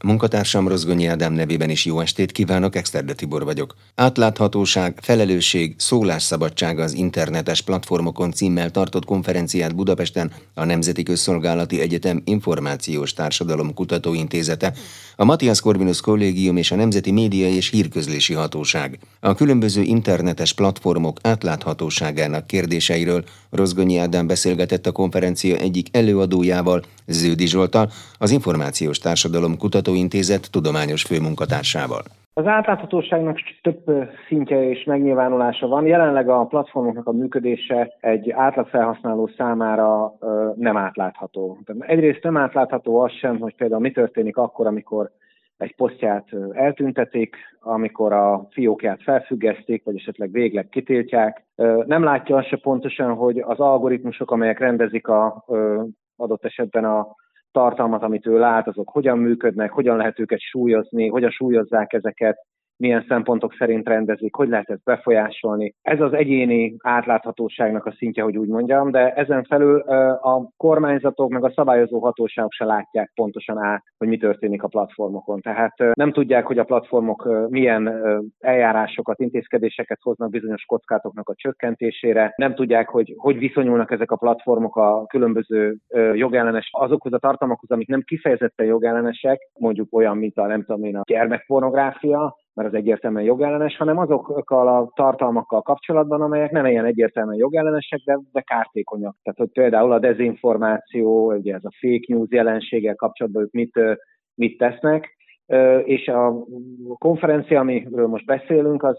Munkatársam Rozgonyi Ádám nevében is jó estét kívánok, Exterde Tibor vagyok. Átláthatóság, felelősség, szólásszabadság az internetes platformokon címmel tartott konferenciát Budapesten a Nemzeti Közszolgálati Egyetem Információs Társadalom Kutatóintézete, a Matthias Corvinus Kollégium és a Nemzeti Média és Hírközlési Hatóság. A különböző internetes platformok átláthatóságának kérdéseiről Rozgonyi Ádám beszélgetett a konferencia egyik előadójával, Ződi Zsolttal, az Információs Társadalom Kutatóintézet tudományos főmunkatársával. Az átláthatóságnak több szintje és megnyilvánulása van. Jelenleg a platformoknak a működése egy átlagfelhasználó számára nem átlátható. Egyrészt nem átlátható az sem, hogy például mi történik akkor, amikor egy posztját eltüntetik, amikor a fiókját felfüggesztik, vagy esetleg végleg kitiltják. Nem látja azt se pontosan, hogy az algoritmusok, amelyek rendezik adott esetben a tartalmat, amit ő lát, azok hogyan működnek, hogyan lehet őket súlyozni, hogyan súlyozzák ezeket, milyen szempontok szerint rendezik, hogy lehet ezt befolyásolni. Ez az egyéni átláthatóságnak a szintje, hogy úgy mondjam, de ezen felül a kormányzatok meg a szabályozó hatóságok se látják pontosan át, hogy mi történik a platformokon. Tehát nem tudják, hogy a platformok milyen eljárásokat, intézkedéseket hoznak bizonyos kockázatoknak a csökkentésére, nem tudják, hogy viszonyulnak ezek a platformok a különböző jogellenes azokhoz a tartalmakhoz, amik nem kifejezetten jogellenesek, mondjuk olyan, mint a gyermekpornográfia, mert az egyértelműen jogellenes, hanem azokkal a tartalmakkal kapcsolatban, amelyek nem ilyen egyértelműen jogellenesek, de kártékonyak. Tehát, hogy például a dezinformáció, ugye ez a fake news jelenséggel kapcsolatban ők mit tesznek, és a konferencia, amiről most beszélünk, az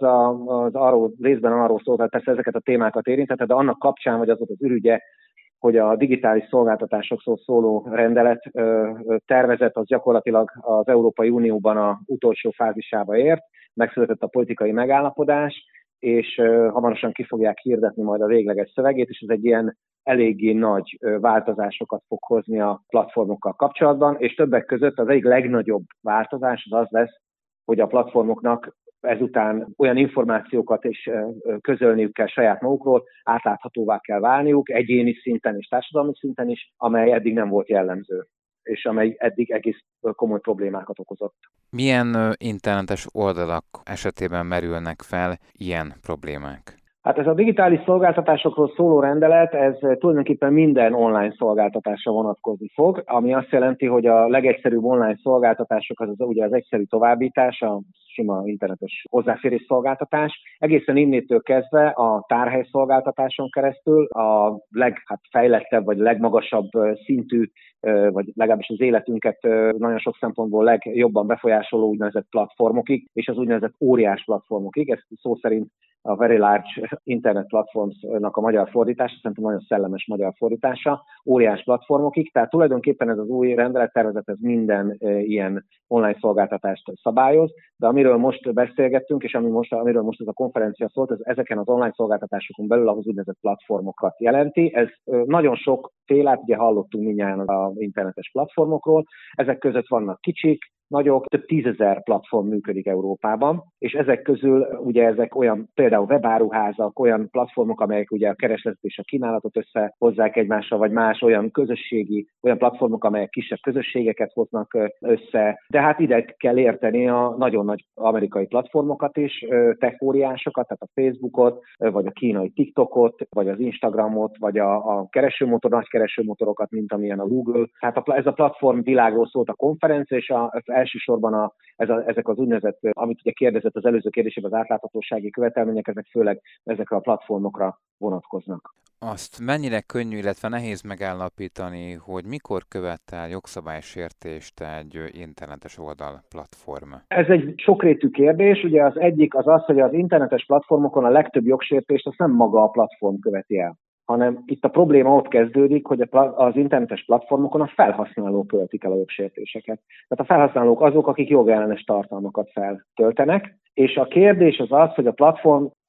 részben arról szól, hogy persze ezeket a témákat érintette, de annak kapcsán, vagy az volt az ürügye, hogy a digitális szolgáltatásokról szóló rendelet tervezet az gyakorlatilag az Európai Unióban az utolsó fázisába ért, megszületett a politikai megállapodás, és hamarosan ki fogják hirdetni majd a végleges szövegét, és ez egy ilyen eléggé nagy változásokat fog hozni a platformokkal kapcsolatban, és többek között az egyik legnagyobb változás az lesz, hogy a platformoknak ezután olyan információkat is közölniük kell saját magukról, átláthatóvá kell válniuk, egyéni szinten és társadalmi szinten is, amely eddig nem volt jellemző, és amely eddig egész komoly problémákat okozott. Milyen internetes oldalak esetében merülnek fel ilyen problémák? Hát ez a digitális szolgáltatásokról szóló rendelet, ez tulajdonképpen minden online szolgáltatásra vonatkozni fog, ami azt jelenti, hogy a legegyszerűbb online szolgáltatások az ugye az egyszerű továbbítás, a sima internetes hozzáférés szolgáltatás, egészen innétől kezdve a tárhely szolgáltatáson keresztül a legfejlettebb vagy legmagasabb szintű, vagy legalábbis az életünket nagyon sok szempontból legjobban befolyásoló úgynevezett platformokig, és az úgynevezett óriás platformokig, ez szó szerint a Very Large Internet Platforms-nak a magyar fordítása, szerintem nagyon szellemes magyar fordítása, óriás platformokig, tehát tulajdonképpen ez az új rendelettervezet, ez minden ilyen online szolgáltatást szabályoz, de amiről most beszélgettünk, és amiről most ez a konferencia szólt, ez ezeken az online szolgáltatásokon belül az úgynevezett platformokat jelenti. Ez nagyon sokféle, ugye hallottunk mindjárt az internetes platformokról, ezek között vannak kicsik, nagyok, több 10 000 platform működik Európában, és ezek közül ugye ezek olyan például webáruházak, olyan platformok, amelyek ugye a keresletet és a kínálatot összehozzák egymással, vagy más olyan olyan platformok, amelyek kisebb közösségeket hoznak össze. De hát ide kell érteni a nagyon nagy amerikai platformokat is, tech óriásokat, tehát a Facebookot, vagy a kínai TikTokot, vagy az Instagramot, vagy a nagy keresőmotorokat, mint amilyen a Google. Tehát ez a platform világról szólt a konferencia, és elsősorban ezek az úgynevezett, amit ugye kérdezett az előző kérdésében, az átláthatósági követelmények, ezek főleg ezekre a platformokra vonatkoznak. Azt mennyire könnyű, illetve nehéz megállapítani, hogy mikor követel jogszabálysértést egy internetes oldal platform? Ez egy sokrétű kérdés. Ugye az egyik az, hogy az internetes platformokon a legtöbb jogsértést azt nem maga a platform követi el, hanem itt a probléma ott kezdődik, hogy az internetes platformokon a felhasználók követik el a jogsértéseket. Tehát a felhasználók azok, akik jogellenes tartalmakat feltöltenek, és a kérdés az, hogy a platform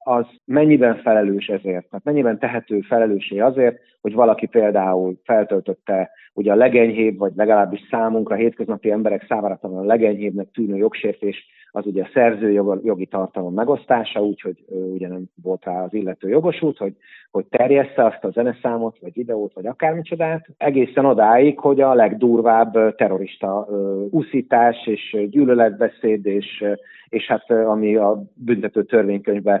az mennyiben felelős ezért, tehát mennyiben tehető felelőssé azért, hogy valaki például feltöltötte ugye a legenyhébb, vagy legalábbis számunkra, hétköznapi emberek számára talán a legenyhébbnek tűnő jogsértés az ugye a szerzőjogi tartalom megosztása, úgyhogy ugye nem volt rá az illető jogosult, hogy terjessze azt a zeneszámot, vagy videót, vagy akármicsodát, egészen odáig, hogy a legdurvább terrorista uszítás és gyűlöletbeszéd, és hát ami a büntető törvénykönyvbe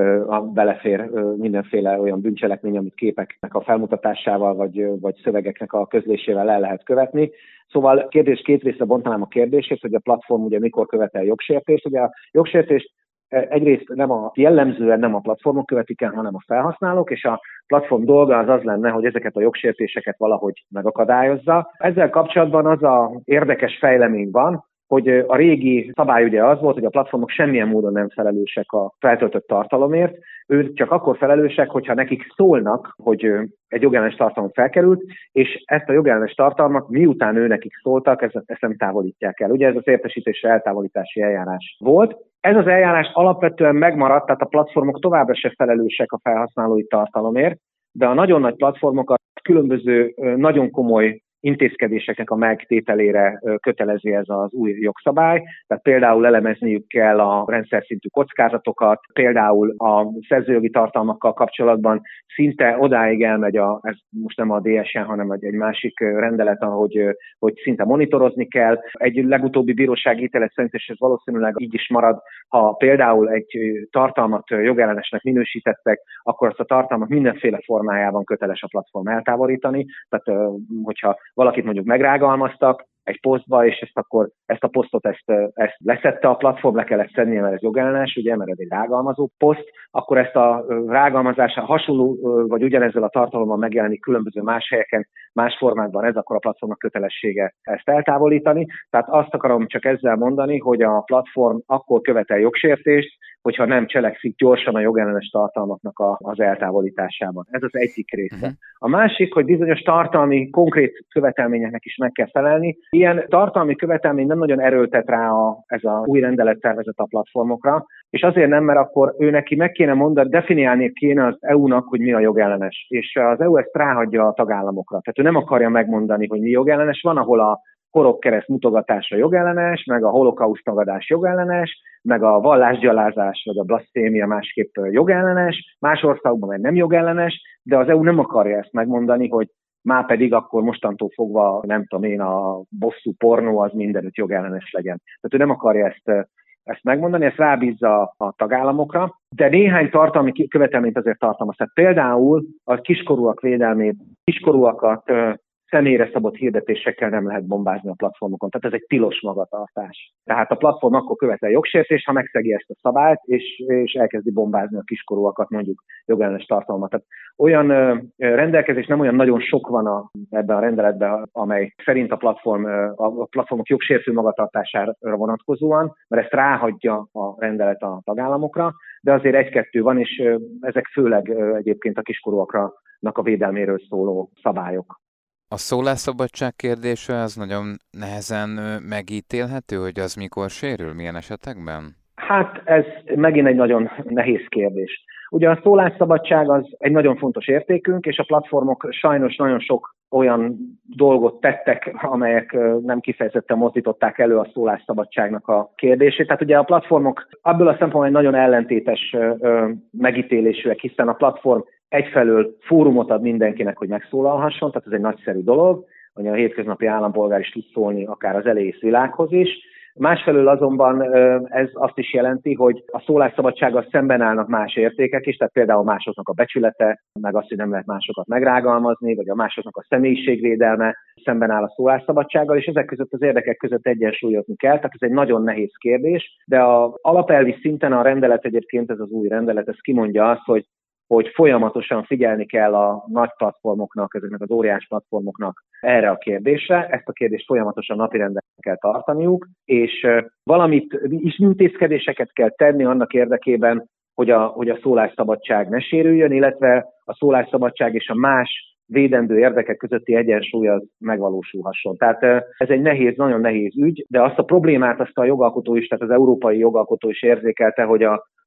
belefér mindenféle olyan bűncselekmény, amit képeknek a felmutatásával, vagy szövegeknek a közlésével el lehet követni. Szóval kérdés két részre bontanám a kérdését, hogy a platform ugye mikor követel jogsértést. Ugye a jogsértést egyrészt jellemzően nem a platformok követik el, hanem a felhasználók, és a platform dolga az lenne, hogy ezeket a jogsértéseket valahogy megakadályozza. Ezzel kapcsolatban az a érdekes fejlemény van, hogy a régi szabály ugye az volt, hogy a platformok semmilyen módon nem felelősek a feltöltött tartalomért, ők csak akkor felelősek, hogyha nekik szólnak, hogy egy jogellenes tartalom felkerült, és ezt a jogellenes tartalmat miután nekik szóltak, ezt nem távolítják el. Ugye ez az értesítésre eltávolítási eljárás volt. Ez az eljárás alapvetően megmaradt, tehát a platformok továbbra se felelősek a felhasználói tartalomért, de a nagyon nagy platformokat különböző nagyon komoly intézkedéseknek a megtételére kötelezi ez az új jogszabály. Tehát például elemezniük kell a rendszer szintű kockázatokat, például a szerzőjogi tartalmakkal kapcsolatban szinte odáig elmegy, ez most nem a DSN, hanem egy másik rendelet, hogy szinte monitorozni kell. Egy legutóbbi bírósági ítélet szerint, és ez valószínűleg így is marad, ha például egy tartalmat jogellenesnek minősítettek, akkor azt a tartalmat mindenféle formájában köteles a platform eltávolítani. Tehát hogyha valakit mondjuk megrágalmaztak egy posztba, és ezt a posztot leszette a platform, le kellett szednie, mert ez jogellenes, ugye, mert ez egy rágalmazó poszt, akkor ezt a rágalmazásra hasonló, vagy ugyanezzel a tartalommal megjelenik különböző más helyeken, más formákban ez, akkor a platformnak kötelessége ezt eltávolítani. Tehát azt akarom csak ezzel mondani, hogy a platform akkor követel jogsértést, hogyha nem cselekszik gyorsan a jogellenes tartalmaknak az eltávolításában. Ez az egyik része. A másik, hogy bizonyos tartalmi, konkrét követelményeknek is meg kell felelni. Ilyen tartalmi követelmény nem nagyon erőltet rá ez a új rendelettervezet a platformokra, és azért nem, mert akkor ő neki meg kéne mondani, definiálni kéne az EU-nak, hogy mi a jogellenes. És az EU ezt ráhagyja a tagállamokra. Tehát ő nem akarja megmondani, hogy mi jogellenes. Van, ahol a horogkereszt mutogatása jogellenes, meg a holokauszt tagadás jogellenes, meg a vallásgyalázás vagy a blaszfémia másképp jogellenes, más országokban meg nem jogellenes, de az EU nem akarja ezt megmondani, hogy már pedig akkor mostantól fogva, nem tudom én, a bosszú pornó az mindenütt jogellenes legyen. Tehát ő nem akarja ezt megmondani, ezt rábízza a tagállamokra, de néhány tartalmi követelményt azért tartalmaz. Tehát például a kiskorúak védelmét, kiskorúakat személyre szabott hirdetésekkel nem lehet bombázni a platformokon. Tehát ez egy tilos magatartás. Tehát a platform akkor követel jogsértést, ha megszegi ezt a szabályt, és elkezdi bombázni a kiskorúakat, mondjuk jogellenes tartalmat. Tehát olyan rendelkezés nem olyan nagyon sok van ebben a rendeletben, amely szerint a platformok jogsértő magatartására vonatkozóan, mert ezt ráhagyja a rendelet a tagállamokra, de azért egy-kettő van, és ezek főleg egyébként a kiskorúaknak a védelméről szóló szabályok. A szólásszabadság kérdése az nagyon nehezen megítélhető, hogy az mikor sérül, milyen esetekben? Hát ez megint egy nagyon nehéz kérdés. Ugye a szólásszabadság az egy nagyon fontos értékünk, és a platformok sajnos nagyon sok olyan dolgot tettek, amelyek nem kifejezetten mozdították elő a szólásszabadságnak a kérdését. Tehát ugye a platformok abból a szempontból egy nagyon ellentétes megítélésűek, hiszen a platform egyfelől fórumot ad mindenkinek, hogy megszólalhasson, tehát ez egy nagyszerű dolog, hogy a hétköznapi állampolgár is tud szólni akár az egész világhoz is. Másfelől azonban ez azt is jelenti, hogy a szólásszabadsággal szemben állnak más értékek is, tehát például másoknak a becsülete, meg azt, hogy nem lehet másokat megrágalmazni, vagy a másoknak a személyiségvédelme szemben áll a szólásszabadsággal, és ezek között az érdekek között egyensúlyozni kell, tehát ez egy nagyon nehéz kérdés, de az alapelvi szinten a rendelet egyébként, ez az új rendelet, ez kimondja azt, hogy folyamatosan figyelni kell a nagy platformoknak, ezeknek az óriás platformoknak erre a kérdésre. Ezt a kérdést folyamatosan napirenden kell tartaniuk, és valamit is intézkedéseket kell tenni annak érdekében, hogy a szólásszabadság ne sérüljön, illetve a szólásszabadság és a más védendő érdekek közötti egyensúly az megvalósulhasson. Tehát ez egy nagyon nehéz ügy, de azt a problémát, azt a jogalkotó is, tehát az európai jogalkotó is érzékelte, hogy a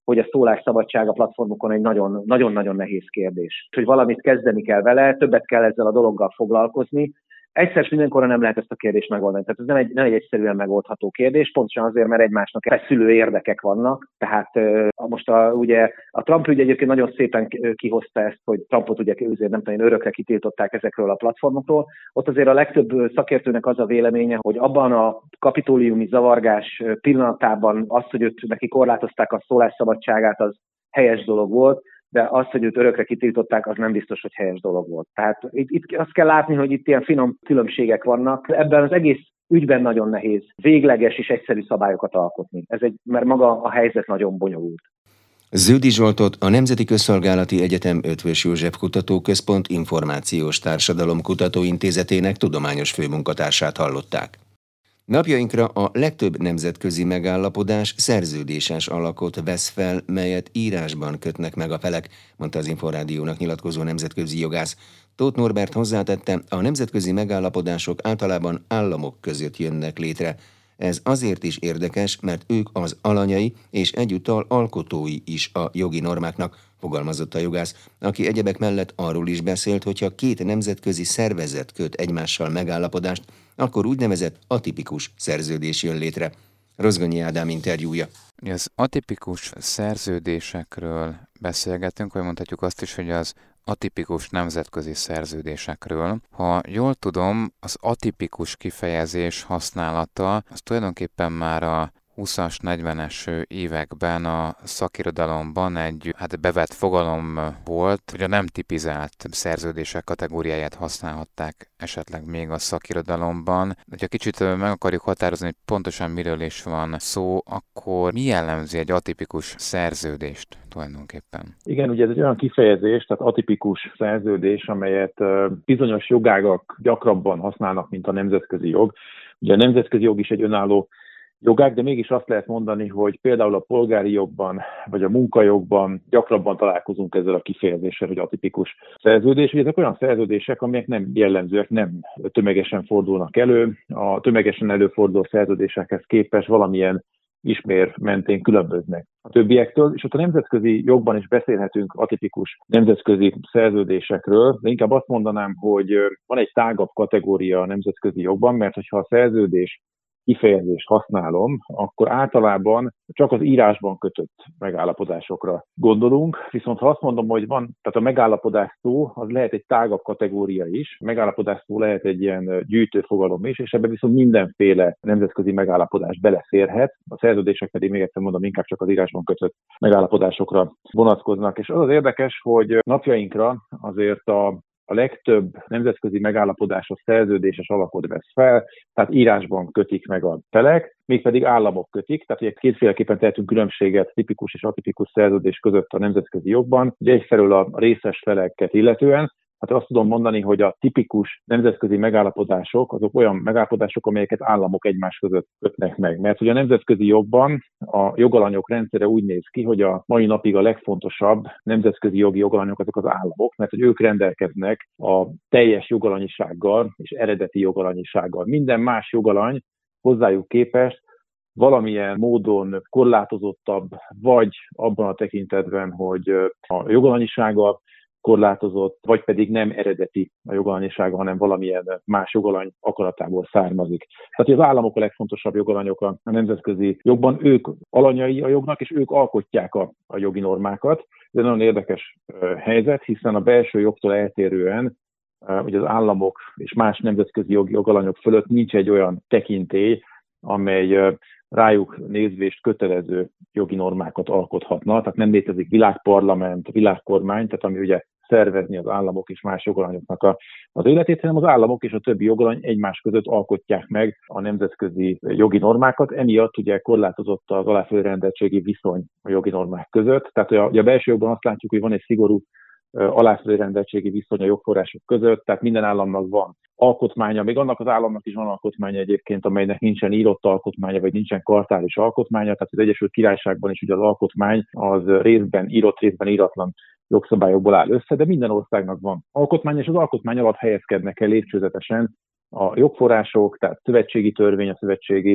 hogy a szólásszabadság a platformokon egy nagyon-nagyon nehéz kérdés. És hogy valamit kezdeni kell vele, többet kell ezzel a dologgal foglalkozni. Egyszer mindenkorra nem lehet ezt a kérdést megoldani. Tehát ez nem egy egyszerűen megoldható kérdés, pontosan azért, mert egymásnak feszülő érdekek vannak. Tehát most ugye a Trump ügy egyébként nagyon szépen kihozta ezt, hogy Trumpot ugye nem tudom, örökre kitiltották ezekről a platformokról. Ott azért a legtöbb szakértőnek az a véleménye, hogy abban a kapitóliumi zavargás pillanatában azt, hogy neki korlátozták a szólásszabadságát, az helyes dolog volt, de az, hogy őt örökre kitiltották, az nem biztos, hogy helyes dolog volt. Tehát itt azt kell látni, hogy itt ilyen finom különbségek vannak. Ebben az egész ügyben nagyon nehéz végleges és egyszerű szabályokat alkotni. Mert maga a helyzet nagyon bonyolult. Zödi Zsoltot, a Nemzeti Közszolgálati Egyetem Eötvös József Kutatóközpont Információs Társadalom Kutatóintézetének tudományos főmunkatársát hallották. Napjainkra a legtöbb nemzetközi megállapodás szerződéses alakot vesz fel, melyet írásban kötnek meg a felek, mondta az Inforádiónak nyilatkozó nemzetközi jogász. Tóth Norbert hozzátette, a nemzetközi megállapodások általában államok között jönnek létre. Ez azért is érdekes, mert ők az alanyai és egyúttal alkotói is a jogi normáknak, fogalmazott a jogász, aki egyebek mellett arról is beszélt, hogyha két nemzetközi szervezet köt egymással megállapodást, akkor úgynevezett atipikus szerződés jön létre. Rozgonyi Ádám interjúja. Az atipikus szerződésekről beszélgetünk, vagy mondhatjuk azt is, hogy az atipikus nemzetközi szerződésekről. Ha jól tudom, az atipikus kifejezés használata az tulajdonképpen már a 20-as, 40-es években a szakirodalomban egy bevett fogalom volt, hogy a nem tipizált szerződések kategóriáját használhatták esetleg még a szakirodalomban. De ha kicsit meg akarjuk határozni, hogy pontosan miről is van szó, akkor mi jellemzi egy atipikus szerződést tulajdonképpen? Igen, ugye ez egy olyan kifejezés, tehát atipikus szerződés, amelyet bizonyos jogágak gyakrabban használnak, mint a nemzetközi jog. Ugye a nemzetközi jog is egy önálló jogák, de mégis azt lehet mondani, hogy például a polgári jogban, vagy a munkajogban gyakrabban találkozunk ezzel a kifejezéssel, hogy atipikus szerződés. Ugye ezek olyan szerződések, amelyek nem jellemzőek, nem tömegesen fordulnak elő. A tömegesen előforduló szerződésekhez képest valamilyen ismér mentén különböznek a többiektől, és ott a nemzetközi jogban is beszélhetünk atipikus nemzetközi szerződésekről, de inkább azt mondanám, hogy van egy tágabb kategória a nemzetközi jogban, mert hogyha a szerződés kifejezést használom, akkor általában csak az írásban kötött megállapodásokra gondolunk, viszont ha azt mondom, hogy van, tehát a megállapodás szó, az lehet egy tágabb kategória is, a megállapodás szó lehet egy ilyen gyűjtőfogalom is, és ebben viszont mindenféle nemzetközi megállapodás beleférhet, a szerződések pedig még egyszer mondom, inkább csak az írásban kötött megállapodásokra vonatkoznak. És az az érdekes, hogy napjainkra azért a legtöbb nemzetközi megállapodás a szerződéses alakot vesz fel, tehát írásban kötik meg a felek, mégpedig államok kötik, tehát ugye kétféleképpen tehetünk különbséget tipikus és atipikus szerződés között a nemzetközi jogban, ugye egyfelől a részes feleket illetően. Hát azt tudom mondani, hogy a tipikus nemzetközi megállapodások azok olyan megállapodások, amelyeket államok egymás között kötnek meg. Mert ugye a nemzetközi jogban a jogalanyok rendszere úgy néz ki, hogy a mai napig a legfontosabb nemzetközi jogi jogalanyok azok az államok, mert hogy ők rendelkeznek a teljes jogalanyisággal és eredeti jogalanyisággal. Minden más jogalany hozzájuk képest valamilyen módon korlátozottabb, vagy abban a tekintetben, hogy a jogalanyisága korlátozott, vagy pedig nem eredeti a jogalanyisága, hanem valamilyen más jogalany akaratából származik. Tehát az államok a legfontosabb jogalanyok a nemzetközi jogban, ők alanyai a jognak, és ők alkotják a jogi normákat. Ez egy nagyon érdekes helyzet, hiszen a belső jogtól eltérően ugye az államok és más nemzetközi jogalanyok fölött nincs egy olyan tekintély, amely rájuk nézvést kötelező jogi normákat alkothatna, tehát nem létezik világparlament, világkormány, tehát ami ugye szervezni az államok és más jogalanyoknak az életét, hanem az államok és a többi jogalany egymás között alkotják meg a nemzetközi jogi normákat. Emiatt ugye korlátozott az aláfölrendeltségi viszony a jogi normák között. Tehát a belső jogban azt látjuk, hogy van egy szigorú aláfölrendeltségi viszony a jogforrások között, tehát minden államnak van alkotmánya, még annak az államnak is van alkotmánya egyébként, amelynek nincsen írott alkotmánya, vagy nincsen kartális alkotmánya, tehát az Egyesült Királyságban is ugye az alkotmány az részben írott, részben íratlan jogszabályokból áll össze, de minden országnak van alkotmány, és az alkotmány alatt helyezkednek el lépcsőzetesen a jogforrások, tehát szövetségi törvény, a szövetségi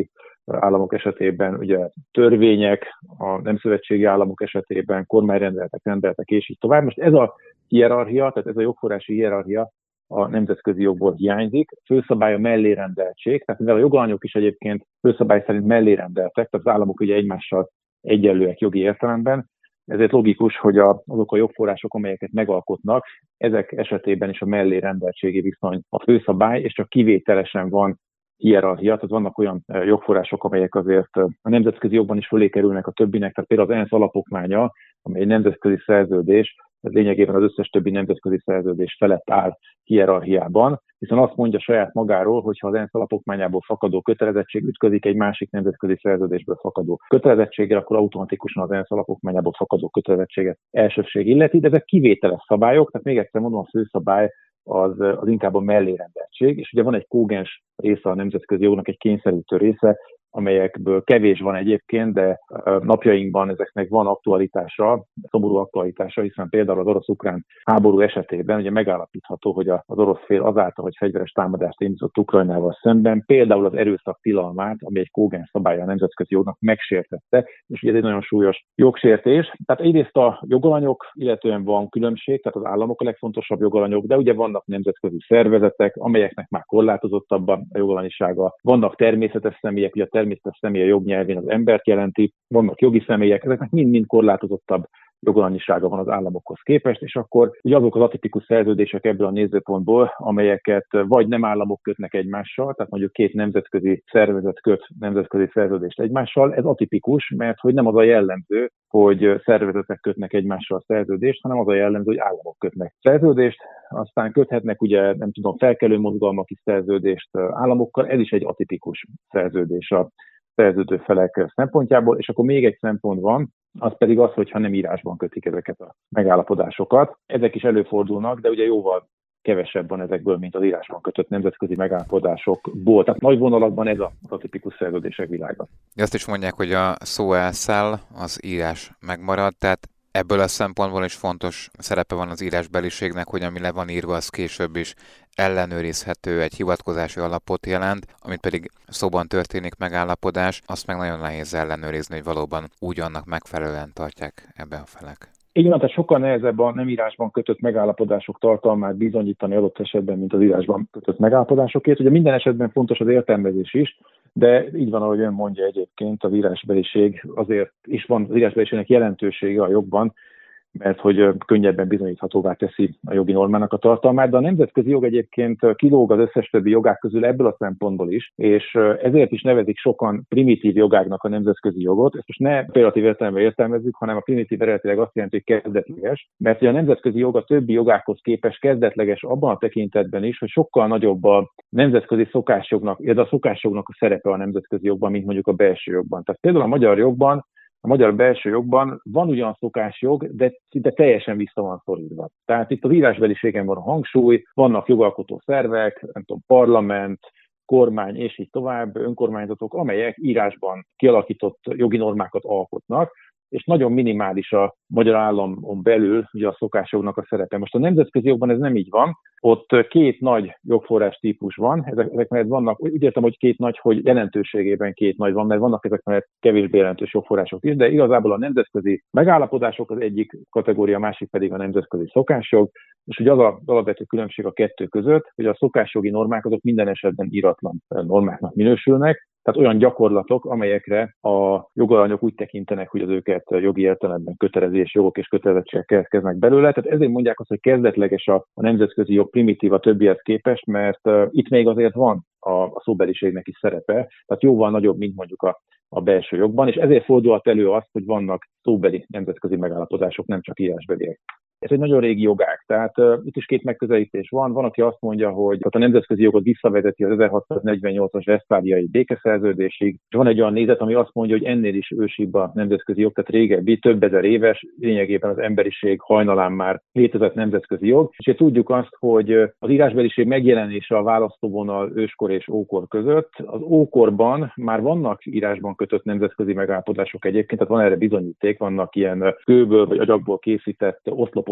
államok esetében ugye törvények, a nem szövetségi államok esetében kormányrendeletek, és így tovább. Most ez a hierarchia, tehát ez a jogforrási hierarchia a nemzetközi jogból hiányzik. Főszabály a mellérendeltség, tehát mivel a jogalanyok is egyébként főszabály szerint mellérendeltek, tehát az államok ugye egymással egyenlőek jogi értelemben, ezért logikus, hogy azok a jogforrások, amelyeket megalkotnak, ezek esetében is a mellérendeltségi viszony a főszabály, és csak kivételesen van hierarchia, tehát vannak olyan jogforrások, amelyek azért a nemzetközi jogban is fölé kerülnek a többinek, tehát például az ENSZ alapokmánya, amely egy nemzetközi szerződés, ez lényegében az összes többi nemzetközi szerződés felett áll hierarchiában, hiszen azt mondja saját magáról, hogy ha az ENSZ alapokmányából fakadó kötelezettség ütközik egy másik nemzetközi szerződésből fakadó kötelezettséggel, akkor automatikusan az ENSZ alapokmányából fakadó kötelezettséget elsőbség illeti, de ezek kivételes szabályok, tehát még egyszer mondom, a főszabály az inkább a mellérendeltség, és ugye van egy kógens része a nemzetközi jognak, egy kényszerítő része, amelyekből kevés van egyébként, de napjainkban ezeknek van aktualitása, szomorú aktualitása, hiszen például az orosz-ukrán háború esetében ugye megállapítható, hogy az orosz fél azáltal, hogy fegyveres támadást indított Ukrajnával szemben, például az erőszak tilalmát, ami egy kógens szabálya a nemzetközi jognak, megsértette, és ugye ez egy nagyon súlyos jogsértés. Tehát egyrészt a jogalanyok, illetően van különbség, tehát az államok a legfontosabb jogalanyok, de ugye vannak nemzetközi szervezetek, amelyeknek már korlátozottabb a jogalanyisága, vannak természetes személyek, ugye a természetes személy a jognyelvén az embert jelenti, vannak jogi személyek, ezeknek mind-mind korlátozottabb jogalanyisága van az államokhoz képest, és akkor ugye azok az atipikus szerződések ebből a nézőpontból, amelyeket vagy nem államok kötnek egymással, tehát mondjuk két nemzetközi szervezet köt nemzetközi szerződést egymással, ez atipikus, mert hogy nem az a jellemző, hogy szervezetek kötnek egymással szerződést, hanem az a jellemző, hogy államok kötnek szerződést, aztán köthetnek ugye, nem tudom, felkelő mozgalmak is szerződést államokkal, ez is egy atipikus szerződés a szerződő felek szempontjából, és akkor még egy szempont van, az pedig az, hogyha nem írásban kötik ezeket a megállapodásokat. Ezek is előfordulnak, de ugye jóval kevesebb van ezekből, mint az írásban kötött nemzetközi megállapodásokból. Tehát nagy vonalakban ez a tipikus szerződések világa. Azt is mondják, hogy a szó elszáll, az írás megmarad, tehát ebből a szempontból is fontos szerepe van az írásbeliségnek, hogy ami le van írva, az később is ellenőrizhető, egy hivatkozási alapot jelent, amit pedig szóban történik megállapodás, azt meg nagyon nehéz ellenőrizni, hogy valóban úgy annak megfelelően tartják ebbe a felek. Így van, tehát sokkal nehezebb a nem írásban kötött megállapodások tartalmát bizonyítani adott esetben, mint az írásban kötött megállapodásokért. Ugye minden esetben fontos az értelmezés is, de így van, ahogy ön mondja egyébként, az írásbeliség azért is van, az írásbeliségnek jelentősége a jogban, mert hogy könnyebben bizonyíthatóvá teszi a jogi normának a tartalmát, de a nemzetközi jog egyébként kilóg az összes többi jogák közül ebből a szempontból is, és ezért is nevezik sokan primitív jogáknak a nemzetközi jogot. Ezt most ne operatív értelemben értelmezzük, hanem a primitív eredetileg azt jelenti, hogy kezdetleges, mert a nemzetközi jog a többi jogákhoz képest kezdetleges abban a tekintetben is, hogy sokkal nagyobb a nemzetközi szokásjognak, illetve a szokásjognak a szerepe a nemzetközi jogban, mint mondjuk a belső jogban. Tehát például a magyar belső jogban van ugyan szokásjog, de szinte teljesen vissza van szorítva. Tehát itt az írásbeliségen van a hangsúly, vannak jogalkotó szervek, nem tudom, parlament, kormány és így tovább, önkormányzatok, amelyek írásban kialakított jogi normákat alkotnak, és nagyon minimális a magyar államon belül ugye a szokásjognak a szerepe. Most a nemzetközi jogban ez nem így van, ott két nagy jogforrás típus van, ezek mellett vannak, úgy értem, hogy két nagy, hogy jelentőségében két nagy van, mert vannak ezek mellett kevésbé jelentős jogforrások is, de igazából a nemzetközi megállapodások az egyik kategória, a másik pedig a nemzetközi szokásjog, és ugye az az alapvető különbség a kettő között, hogy a szokásjogi normák azok minden esetben íratlan normáknak minősülnek, tehát olyan gyakorlatok, amelyekre a jogalanyok úgy tekintenek, hogy az őket jogi értelemben kötelezés, jogok és kötelezettségek keletkeznek belőle. Tehát ezért mondják azt, hogy kezdetleges a nemzetközi jog primitív a többihez képest, mert itt még azért van a szóbeliségnek is szerepe, tehát jóval nagyobb, mint mondjuk a belső jogban, és ezért fordulhat elő az, hogy vannak szóbeli nemzetközi megállapodások, nem csak írásbeliek. Ez egy nagyon régi jogág, tehát itt is két megközelítés van. Van, aki azt mondja, hogy a nemzetközi jogot visszavezeti az 1648-as Westfáliai békeszerződésig, és van egy olyan nézet, ami azt mondja, hogy ennél is ősibb a nemzetközi jog, tehát régebbi, több ezer éves, lényegében az emberiség hajnalán már létezett nemzetközi jog. És tudjuk azt, hogy az írásbeliség megjelenése a választóvonal őskor és ókor között. Az ókorban már vannak írásban kötött nemzetközi megállapodások egyébként, tehát van erre bizonyíték, vannak ilyen kőből vagy agyagból készített oszlopok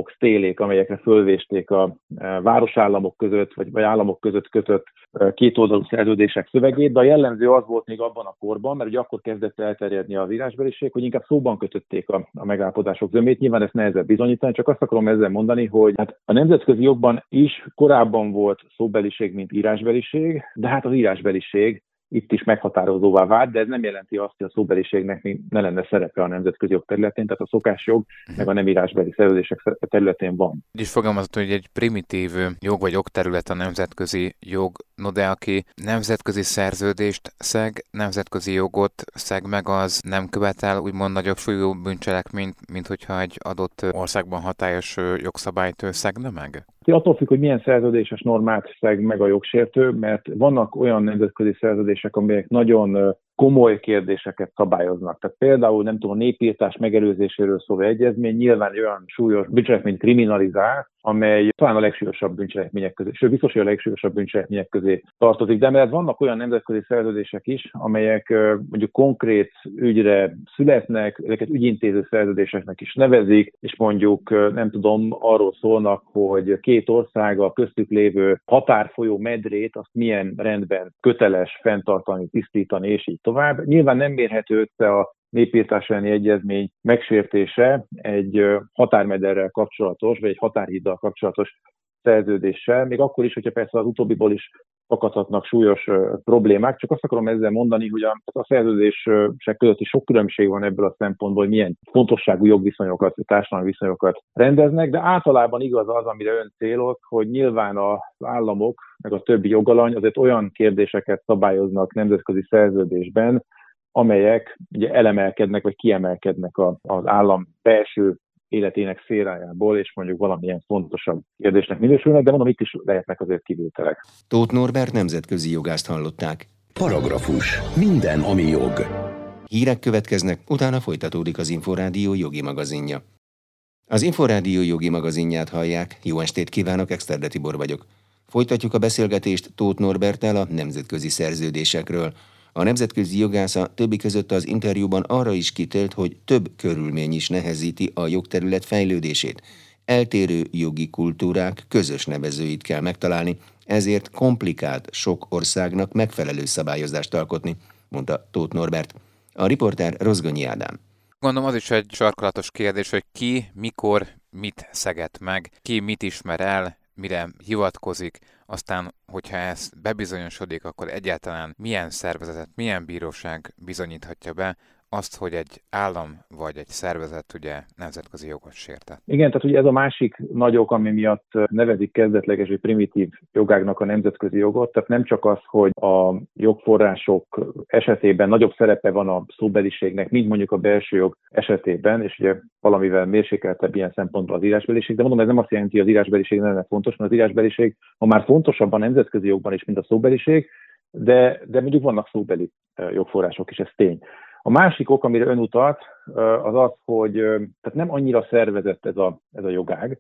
Fox télék, amelyekre fölvésték a városállamok között, vagy államok között kötött kétoldalú szerződések szövegét, de a jellemző az volt még abban a korban, mert ugye akkor kezdett elterjedni az írásbeliség, hogy inkább szóban kötötték a megállapodások zömét. Nyilván ezt nehezebb bizonyítani, csak azt akarom ezzel mondani, hogy hát a nemzetközi jogban is korábban volt szóbeliség, mint írásbeliség, de hát az írásbeliség itt is meghatározóvá vált, de ez nem jelenti azt, hogy a szóbeliségnek ne lenne szerepe a nemzetközi jog területén, tehát a szokásjog meg a nem írásbeli szerződések területén van. Így is fogalmazott, hogy egy primitív jog vagy jogterület a nemzetközi jog, no de aki nemzetközi szerződést szeg, nemzetközi jogot szeg meg, az nem követel úgymond nagyobb súlyú bűncselekményt, mint hogyha egy adott országban hatályos jogszabályt szegne meg? Attól függ, hogy milyen szerződéses normát szeg meg a jogsértő, mert vannak olyan nemzetközi szerződések, amelyek nagyon komoly kérdéseket szabályoznak. Tehát például, nem tudom, a népirtás megelőzéséről szóló egyezmény nyilván olyan súlyos bűncselekményt kriminalizál, amely talán a legsúlyosabb bűncselekmények közé, sőt, biztos, hogy a legsúlyosabb bűncselekmények közé tartozik. De mert vannak olyan nemzetközi szerződések is, amelyek mondjuk konkrét ügyre születnek, ezeket ügyintéző szerződéseknek is nevezik, és mondjuk, nem tudom, arról szólnak, hogy két ország a köztük lévő határfolyó medrét, azt milyen rendben köteles fenntartani, tisztítani, és így tovább. Nyilván nem mérhető össze a népirtás elleni egyezmény megsértése egy határmederrel kapcsolatos, vagy egy határhíddal kapcsolatos szerződéssel, még akkor is, hogyha persze az utóbbiból is fakadhatnak súlyos problémák, csak azt akarom ezzel mondani, hogy a szerződések között is sok különbség van ebből a szempontból, hogy milyen fontosságú jogviszonyokat, társadalmi viszonyokat rendeznek, de általában igaz az, amire ön céloz, hogy nyilván az államok, meg a többi jogalany azért olyan kérdéseket szabályoznak nemzetközi szerződésben, amelyek ugye elemelkednek, vagy kiemelkednek az állam belső életének szférájából, és mondjuk valamilyen fontosabb kérdésnek minősülnek, de mondom, itt is lehetnek azért kivételek. Tóth Norbert nemzetközi jogászt hallották. Paragrafus. Minden, ami jog. Hírek következnek, utána folytatódik az Inforádió jogi magazinja. Az Inforádió jogi magazinját hallják, jó estét kívánok, Exterde Tibor vagyok. Folytatjuk a beszélgetést Tóth Norberttel a nemzetközi szerződésekről. A nemzetközi jogásza többi között az interjúban arra is kitélt, hogy több körülmény is nehezíti a jogterület fejlődését. Eltérő jogi kultúrák közös nevezőit kell megtalálni, ezért komplikált sok országnak megfelelő szabályozást alkotni, mondta Tóth Norbert. A riporter Rozgonyi Ádám. Gondolom az is egy sarkalatos kérdés, hogy ki, mikor, mit szeget meg, ki mit ismer el, mire hivatkozik, aztán, hogyha ez bebizonyosodik, akkor egyáltalán milyen szervezetet, milyen bíróság bizonyíthatja be azt, hogy egy állam vagy egy szervezet ugye nemzetközi jogot sértett. Igen, tehát ugye ez a másik nagy ok, ami miatt nevezik kezdetleges vagy primitív jogágnak a nemzetközi jogot, tehát nem csak az, hogy a jogforrások esetében nagyobb szerepe van a szóbeliségnek, mint mondjuk a belső jog esetében, és ugye valamivel mérsékeltebb ilyen szempontból az írásbeliség, de mondom, ez nem azt jelenti, hogy az írásbeliség nem lenne fontos, mert az írásbeliség ma már fontosabb a nemzetközi jogban is, mint a szóbeliség, de mondjuk vannak szóbeli jogforrások is, ez tény. A másik ok, amire ön utalt, az az, hogy tehát nem annyira szervezett ez a jogág,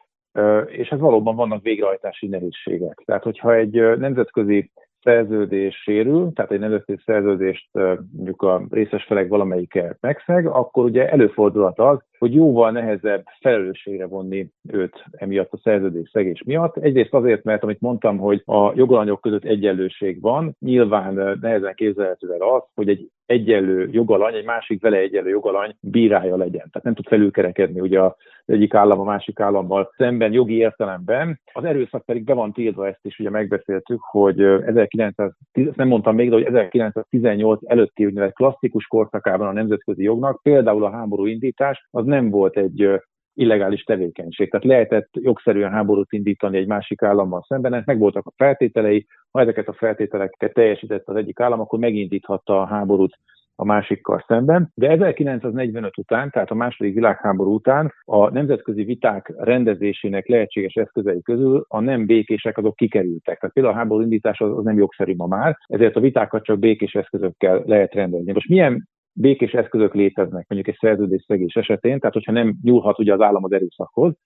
és ez valóban vannak végrehajtási nehézségek. Tehát, hogyha egy nemzetközi szerződés sérül, tehát egy nemzetközi szerződést mondjuk a részes felek valamelyike megszeg, akkor ugye előfordulhat az, hogy jóval nehezebb felelősségre vonni őt emiatt a szerződés szegés miatt. Egyrészt azért, mert amit mondtam, hogy a jogalanyok között egyenlőség van, nyilván nehezen képzelhető el az, hogy egy egyenlő jogalany, egy másik vele egyenlő jogalany bírája legyen. Tehát nem tud felülkerekedni ugye az egyik állam a másik állammal szemben jogi értelemben. Az erőszak pedig be van tiltva, ezt is ugye megbeszéltük, hogy nem mondtam még, de hogy 1918 előtti úgynevezett klasszikus korszakában a nemzetközi jognak, például a háború indítás, az nem volt egy illegális tevékenység. Tehát lehetett jogszerűen háborút indítani egy másik állammal szemben, ennek megvoltak a feltételei, ha ezeket a feltételeket teljesített az egyik állam, akkor megindíthatta a háborút a másikkal szemben. De 1945 után, tehát a második világháború után a nemzetközi viták rendezésének lehetséges eszközei közül a nem békések azok kikerültek. Tehát például a háború indítás az nem jogszerű ma már, ezért a vitákat csak békés eszközökkel lehet rendezni. Most milyen békés eszközök léteznek mondjuk egy szerződésszegés esetén, tehát hogyha nem nyúlhat ugye az állam az erőszakhoz,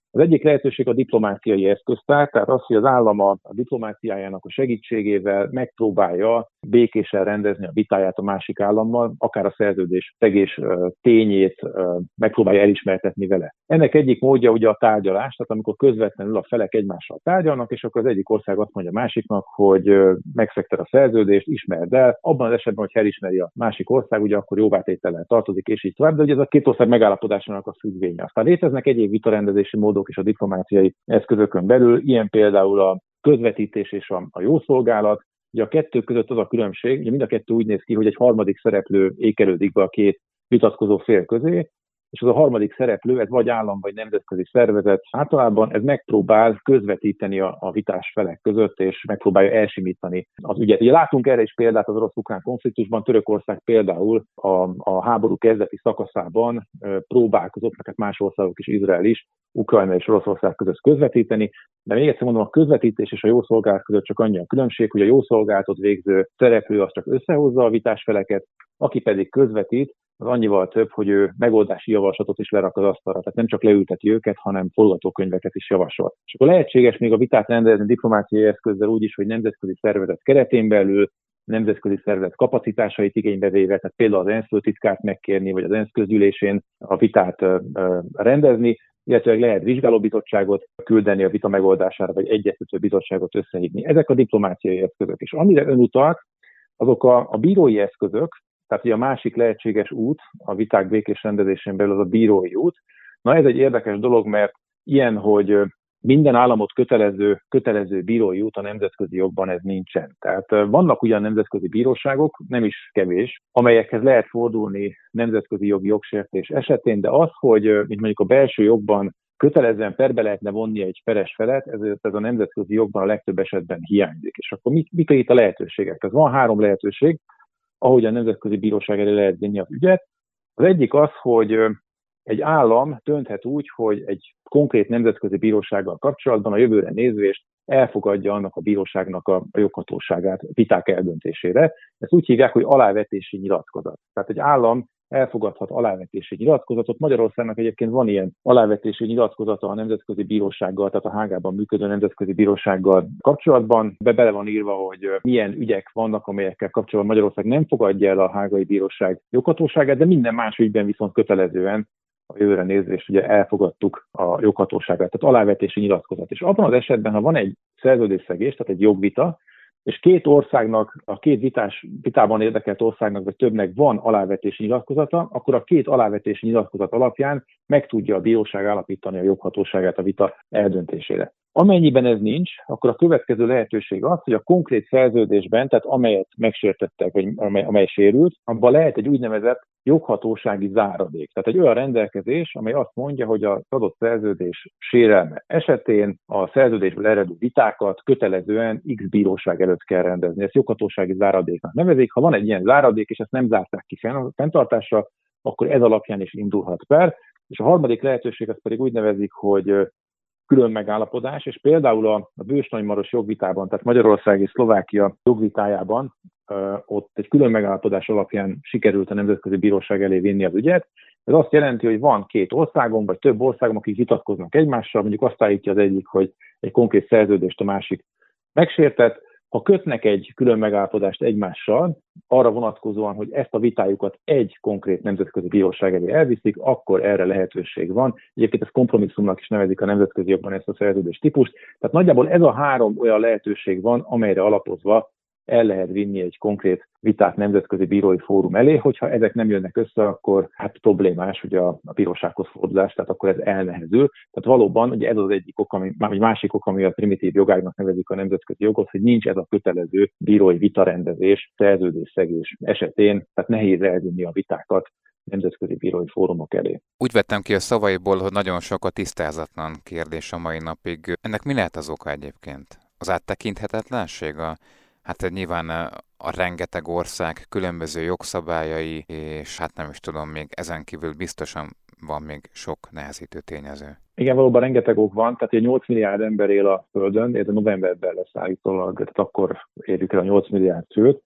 Az egyik lehetőség a diplomáciai eszköztár, tehát az, hogy az állam a diplomáciájának a segítségével megpróbálja békésen rendezni a vitáját a másik állammal, akár a szerződés szegés tényét megpróbálja elismertetni vele. Ennek egyik módja ugye a tárgyalás, tehát amikor közvetlenül a felek egymással tárgyalnak, és akkor az egyik ország azt mondja a másiknak, hogy megszegted a szerződést, ismerd el. Abban az esetben, hogy elismeri a másik ország, ugye akkor jóvátétellel tartozik, és így tovább, de ugye ez a két ország megállapodásának a függvénye. Aztán léteznek egyéb vitarendezési módok is a diplomáciai eszközökön belül, ilyen például a közvetítés és a jószolgálat. Ugye a kettő között az a különbség, ugye mind a kettő úgy néz ki, hogy egy harmadik szereplő ékelődik be a két vitatkozó fél közé, és az a harmadik szereplő, ez vagy állam, vagy nemzetközi szervezet, általában ez megpróbál közvetíteni a vitás felek között, és megpróbálja elsimítani az ügyet. Ugye látunk erre is példát az orosz-ukrán konfliktusban, Törökország például a háború kezdeti szakaszában próbálkozott, mert más országok is, Izrael is, Ukrajna és Oroszország között közvetíteni, de még egyszer mondom, a közvetítés és a jószolgálat között csak annyi a különbség, hogy a jószolgálatot végző szereplő az csak összehozza a vitás feleket, aki pedig közvetít, az annyival több, hogy ő megoldási javaslatot is lerak az asztalra. Tehát nem csak leülteti őket, hanem forgatókönyveket is javasol. És akkor lehetséges még a vitát rendezni diplomáciai eszközzel úgy is, hogy nemzetközi szervezet keretén belül, nemzetközi szervezet kapacitásait igénybe véve, tehát például az ENSZ főtitkárt megkérni, vagy az ENSZ közgyűlésén a vitát rendezni, illetve lehet vizsgálóbizottságot küldeni a vita megoldására, vagy egyeztető bizottságot összehívni. Ezek a diplomáciai eszközök. És amire ön utalt, azok a bírói eszközök, tehát ugye a másik lehetséges út, a viták békés rendezésén belül az a bírói út. Na ez egy érdekes dolog, mert ilyen, hogy minden államot kötelező bírói út a nemzetközi jogban ez nincsen. Tehát vannak ugyan nemzetközi bíróságok, nem is kevés, amelyekhez lehet fordulni nemzetközi jogi jogsértés esetén, de az, hogy mint mondjuk a belső jogban kötelezően perbe lehetne vonni egy peres felet, ez a nemzetközi jogban a legtöbb esetben hiányzik. És akkor mik itt a lehetőségek? Tehát van 3 lehetőség, ahogy a nemzetközi bíróság elé lehet vinni az ügyet. Az egyik az, hogy egy állam dönthet úgy, hogy egy konkrét nemzetközi bírósággal kapcsolatban a jövőre nézvést elfogadja annak a bíróságnak a joghatóságát viták eldöntésére. Ezt úgy hívják, hogy alávetési nyilatkozat. Tehát egy állam elfogadhat alávetési nyilatkozatot. Magyarországnak egyébként van ilyen alávetési nyilatkozata a nemzetközi bírósággal, tehát a Hágában működő nemzetközi bírósággal kapcsolatban. Bele van írva, hogy milyen ügyek vannak, amelyekkel kapcsolatban Magyarország nem fogadja el a hágai bíróság joghatóságát, de minden más ügyben viszont kötelezően a jövőre nézvést ugye elfogadtuk a joghatóságát, tehát alávetési nyilatkozat. És abban az esetben, ha van egy szerződésszegés, tehát egy jogvita, és két országnak, a két vitában érdekelt országnak, vagy többnek van alávetési nyilatkozata, akkor a két alávetési nyilatkozat alapján meg tudja a bíróság állapítani a joghatóságát a vita eldöntésére. Amennyiben ez nincs, akkor a következő lehetőség az, hogy a konkrét szerződésben, tehát amelyet megsértettek, vagy amely sérült, abban lehet egy úgynevezett joghatósági záradék. Tehát egy olyan rendelkezés, amely azt mondja, hogy az adott szerződés sérelme esetén a szerződésből eredő vitákat kötelezően X bíróság előtt kell rendezni. Ezt joghatósági záradéknak nevezik. Ha van egy ilyen záradék, és ezt nem zárták ki fenntartásra, akkor ez alapján is indulhat per. És a harmadik lehetőség az pedig úgy nevezik, hogy külön megállapodás, és például a bős-nagymaros jogvitában, tehát Magyarország és Szlovákia jogvitájában ott egy külön megállapodás alapján sikerült a Nemzetközi Bíróság elé vinni az ügyet. Ez azt jelenti, hogy van két országon, vagy több országon, akik vitatkoznak egymással, mondjuk azt állítja az egyik, hogy egy konkrét szerződést a másik megsértett. Ha kötnek egy külön megállapodást egymással, arra vonatkozóan, hogy ezt a vitájukat egy konkrét nemzetközi bíróság elé elviszik, akkor erre lehetőség van. Egyébként ezt kompromisszumnak is nevezik a nemzetközi jogban ezt a szerződés típust. Tehát nagyjából ez a 3 olyan lehetőség van, amelyre alapozva el lehet vinni egy konkrét vitát nemzetközi bírói fórum elé. Hogyha ezek nem jönnek össze, akkor hát problémás ugye a bírósághoz fordulás, tehát akkor ez elnehezül. Tehát valóban ugye ez az egyik ok, egy másik ok, ami a primitív jogágnak nevezik a nemzetközi jogot, hogy nincs ez a kötelező bírói vitarendezés szerződésszegés esetén, tehát nehéz elvinni a vitákat nemzetközi bírói fórumok elé. Úgy vettem ki a szavaiból, hogy nagyon sok a tisztázatlan kérdés a mai napig. Ennek mi lehet az oka egyébként? Az áttekinthetetlenség? Hát nyilván a rengeteg ország különböző jogszabályai, és hát nem is tudom, még ezen kívül biztosan van még sok nehezítő tényező. Igen, valóban rengeteg ok van, tehát 8 milliárd ember él a Földön, ez a novemberben lesz állítólag, tehát akkor érjük el a 8 milliárd főt.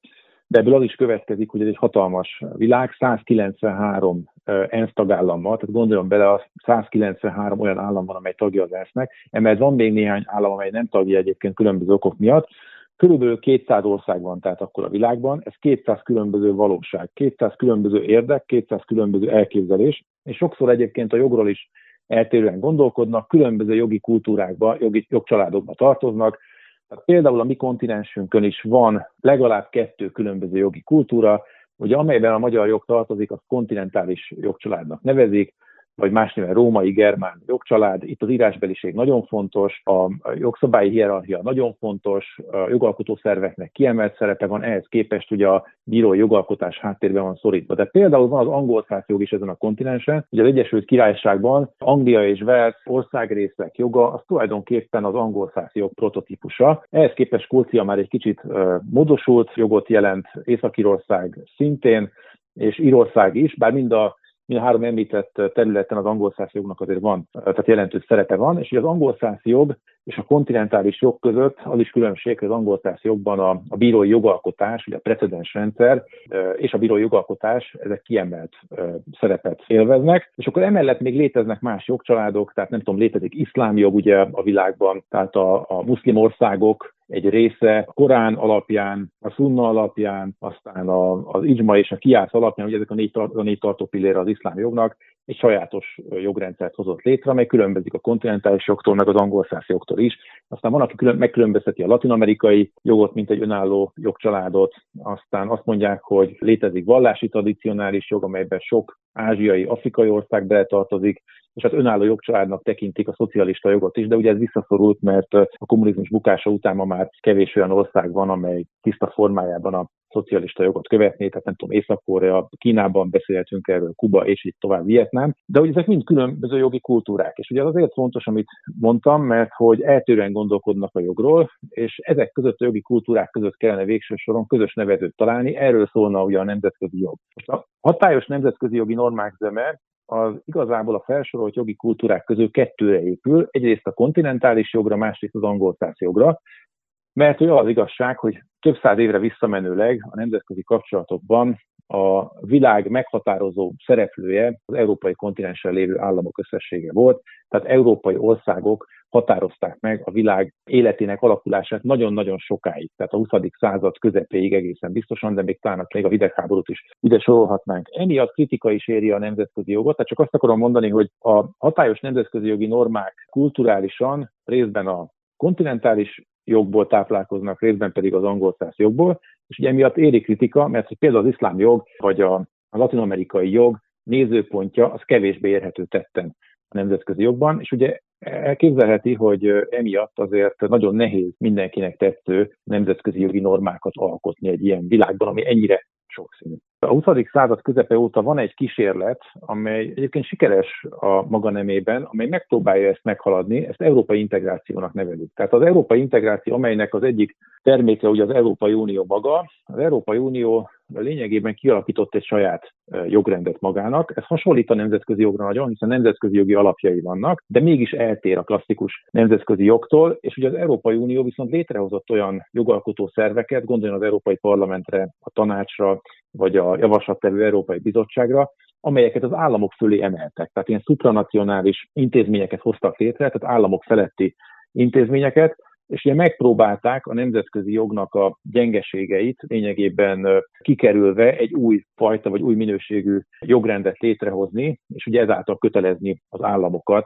de ebből az is következik, hogy ez egy hatalmas világ, 193 ENSZ tagállammal, tehát gondoljon bele, a 193 olyan állam van, amely tagja az ENSZ-nek, emellett van még néhány állam, amely nem tagja egyébként különböző okok miatt. Körülbelül 200 ország van tehát akkor a világban, ez 200 különböző valóság, 200 különböző érdek, 200 különböző elképzelés, és sokszor egyébként a jogról is eltérően gondolkodnak, különböző jogi kultúrákba, jogcsaládokba tartoznak. Tehát például a mi kontinensünkön is van legalább 2 különböző jogi kultúra, ugye amelyben a magyar jog tartozik, azt kontinentális jogcsaládnak nevezik, vagy más néven római, germán jogcsalád. Itt az írásbeliség nagyon fontos, a jogszabályi hierarchia nagyon fontos, a jogalkotó szerveknek kiemelt szerepe van, ehhez képest ugye a bírói jogalkotás háttérben van szorítva. De például van az angol-szász jog is ezen a kontinensen, ugye az Egyesült Királyságban Anglia és Wales országrészek joga, az tulajdonképpen az angol-szász jog prototípusa. Ehhez képest Skócia már egy kicsit módosult jogot jelent, Észak-Írország szintén, és Írország is, bár mind a 3 említett területen az angol-szász jognak azért van, tehát jelentős szerepe van, és az angol-szász jog és a kontinentális jog között az is különbség, hogy az angol-szász jogban a bírói jogalkotás, ugye a precedens rendszer és a bírói jogalkotás, ezek kiemelt szerepet élveznek, és akkor emellett még léteznek más jogcsaládok, tehát nem tudom, létezik iszlám jog ugye a világban, tehát a muszlim országok egy része a Korán alapján, a Szunna alapján, aztán az Ijma és a Kijász alapján, ugye ezek a 4 tartópillére az iszlám jognak, egy sajátos jogrendszert hozott létre, amely különbözik a kontinentális jogtól, meg az angol-szász jogtól is. Aztán van, aki megkülönbözteti a latin-amerikai jogot, mint egy önálló jogcsaládot. Aztán azt mondják, hogy létezik vallási tradicionális jog, amelyben sok ázsiai, afrikai ország beletartozik, és hát önálló jogcsaládnak tekintik a szocialista jogot is, de ugye ez visszaszorult, mert a kommunizmus bukása után ma már kevés olyan ország van, amely tiszta formájában a szocialista jogot követné, tehát nem tudom, Észak-Korea, Kínában beszélhetünk erről, Kuba és így tovább, Vietnám, de hogy ezek mind különböző jogi kultúrák. És ugye az azért fontos, amit mondtam, mert hogy eltérően gondolkodnak a jogról, és ezek között a jogi kultúrák között kellene végső soron közös nevezőt találni, erről szólna ugye a nemzetközi jog. Most a hatályos nemzetközi jogi normák zöme az igazából a felsorolt jogi kultúrák közül 2-re épül, egyrészt a kontinentális jogra, másrészt az angol-szász jogra, mert az igazság, hogy több száz évre visszamenőleg a nemzetközi kapcsolatokban a világ meghatározó szereplője az európai kontinensen lévő államok összessége volt, tehát európai országok határozták meg a világ életének alakulását nagyon-nagyon sokáig, tehát a 20. század közepéig egészen biztosan, de még talán még a hidegháborút is ide sorolhatnánk. Emiatt kritika is éri a nemzetközi jogot, tehát csak azt akarom mondani, hogy a hatályos nemzetközi jogi normák kulturálisan részben a kontinentális jogból táplálkoznak, részben pedig az angol-szász jogból, és ugye emiatt éri kritika, mert hogy például az iszlám jog, vagy a latin-amerikai jog nézőpontja az kevésbé érhető tetten a nemzetközi jogban, és ugye elképzelheti, hogy emiatt azért nagyon nehéz mindenkinek tetsző nemzetközi jogi normákat alkotni egy ilyen világban, ami ennyire sokszínű. A 20. század közepe óta van egy kísérlet, amely egyébként sikeres a maga nemében, amely megpróbálja ezt meghaladni, ezt európai integrációnak nevezik. Tehát az európai integráció, amelynek az egyik terméke ugye az Európai Unió maga, az Európai Unió lényegében kialakított egy saját jogrendet magának. Ez hasonlít a nemzetközi jogra nagyon, hiszen nemzetközi jogi alapjai vannak, de mégis eltér a klasszikus nemzetközi jogtól, és ugye az Európai Unió viszont létrehozott olyan jogalkotó szerveket, gondoljon az Európai Parlamentre, a Tanácsra, vagy a javaslattevő Európai Bizottságra, amelyeket az államok fölé emeltek. Tehát ilyen szupranacionális intézményeket hoztak létre, tehát államok feletti intézményeket, és ugye megpróbálták a nemzetközi jognak a gyengeségeit lényegében kikerülve egy új fajta vagy új minőségű jogrendet létrehozni, és ugye ezáltal kötelezni az államokat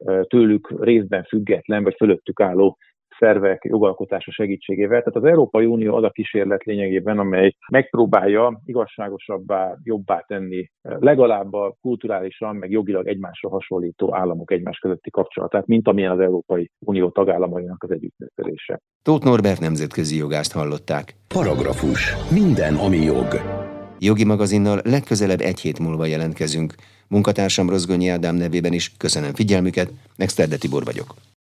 tőlük részben független vagy fölöttük álló szervek jogalkotása segítségével. Tehát az Európai Unió az a kísérlet lényegében, amely megpróbálja igazságosabbá, jobbá tenni legalább a kulturálisan, meg jogilag egymásra hasonlító államok egymás közötti kapcsolatát, mint amilyen az Európai Unió tagállamainak az együttműködése. Tóth Norbert nemzetközi jogászt hallották. Paragrafus. Minden, ami jog. Jogi magazinnal legközelebb 1 hét múlva jelentkezünk. Munkatársam Rozgonyi Ádám nevében is köszönöm figyelmüket, Exterde Tibor vagyok.